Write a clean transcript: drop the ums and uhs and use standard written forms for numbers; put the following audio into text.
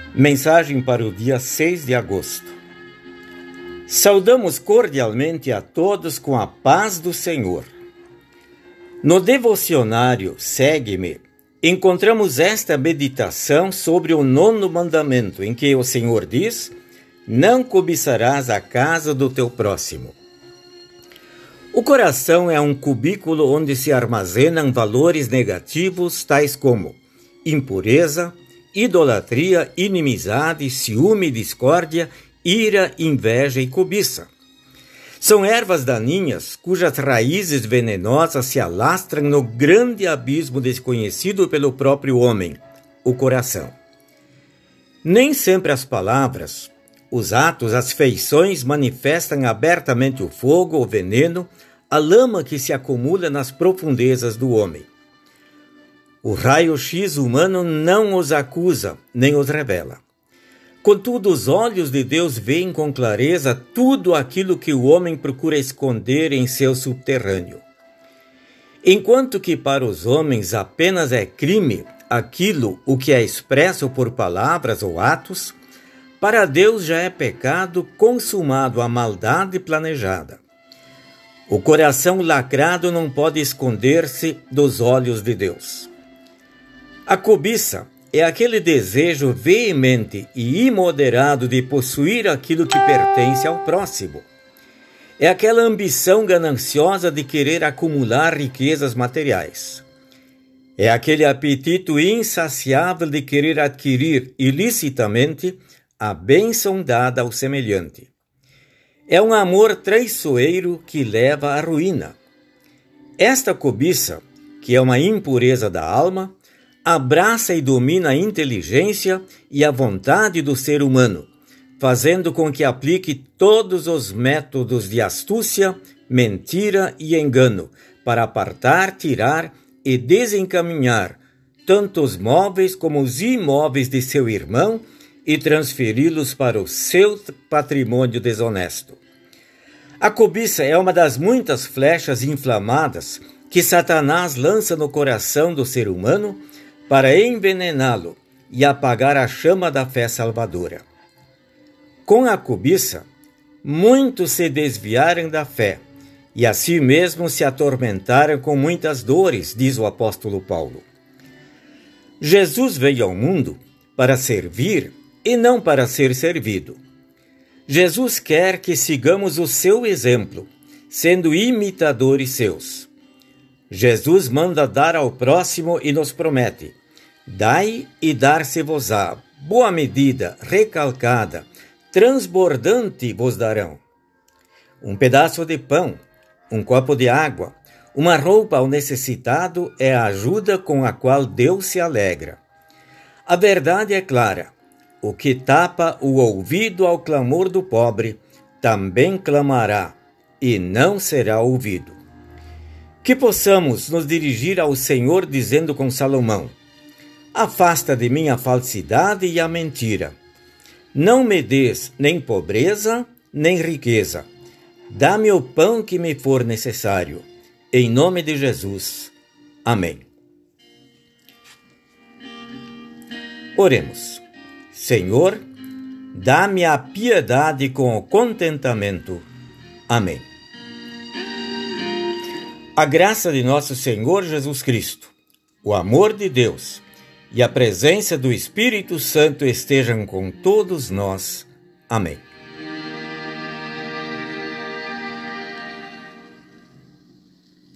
Mensagem para o dia 6 de agosto. Saudamos cordialmente a todos com a paz do Senhor. No devocionário Segue-me, encontramos esta meditação sobre o 9º mandamento, em que o Senhor diz: não cobiçarás a casa do teu próximo. O coração é um cubículo onde se armazenam valores negativos tais como impureza, idolatria, inimizade, ciúme, discórdia, ira, inveja e cobiça. São ervas daninhas cujas raízes venenosas se alastram no grande abismo desconhecido pelo próprio homem, o coração. Nem sempre as palavras, os atos, as feições manifestam abertamente o fogo, o veneno, a lama que se acumula nas profundezas do homem. O raio-x humano não os acusa, nem os revela. Contudo, os olhos de Deus veem com clareza tudo aquilo que o homem procura esconder em seu subterrâneo. Enquanto que para os homens apenas é crime o que é expresso por palavras ou atos, para Deus já é pecado consumado a maldade planejada. O coração lacrado não pode esconder-se dos olhos de Deus. A cobiça é aquele desejo veemente e imoderado de possuir aquilo que pertence ao próximo. É aquela ambição gananciosa de querer acumular riquezas materiais. É aquele apetite insaciável de querer adquirir ilicitamente a bênção dada ao semelhante. É um amor traiçoeiro que leva à ruína. Esta cobiça, que é uma impureza da alma, abraça e domina a inteligência e a vontade do ser humano, fazendo com que aplique todos os métodos de astúcia, mentira e engano para apartar, tirar e desencaminhar tanto os móveis como os imóveis de seu irmão e transferi-los para o seu patrimônio desonesto. A cobiça é uma das muitas flechas inflamadas que Satanás lança no coração do ser humano para envenená-lo e apagar a chama da fé salvadora. Com a cobiça, muitos se desviaram da fé e a si mesmos se atormentaram com muitas dores, diz o apóstolo Paulo. Jesus veio ao mundo para servir e não para ser servido. Jesus quer que sigamos o seu exemplo, sendo imitadores seus. Jesus manda dar ao próximo e nos promete: dai e dar-se-vos-á, boa medida, recalcada, transbordante vos darão. Um pedaço de pão, um copo de água, uma roupa ao necessitado é a ajuda com a qual Deus se alegra. A verdade é clara: o que tapa o ouvido ao clamor do pobre, também clamará, e não será ouvido. Que possamos nos dirigir ao Senhor dizendo com Salomão: afasta de mim a falsidade e a mentira. Não me des nem pobreza, nem riqueza. Dá-me o pão que me for necessário. Em nome de Jesus. Amém. Oremos. Senhor, dá-me a piedade com o contentamento. Amém. A graça de nosso Senhor Jesus Cristo, o amor de Deus e a presença do Espírito Santo estejam com todos nós. Amém.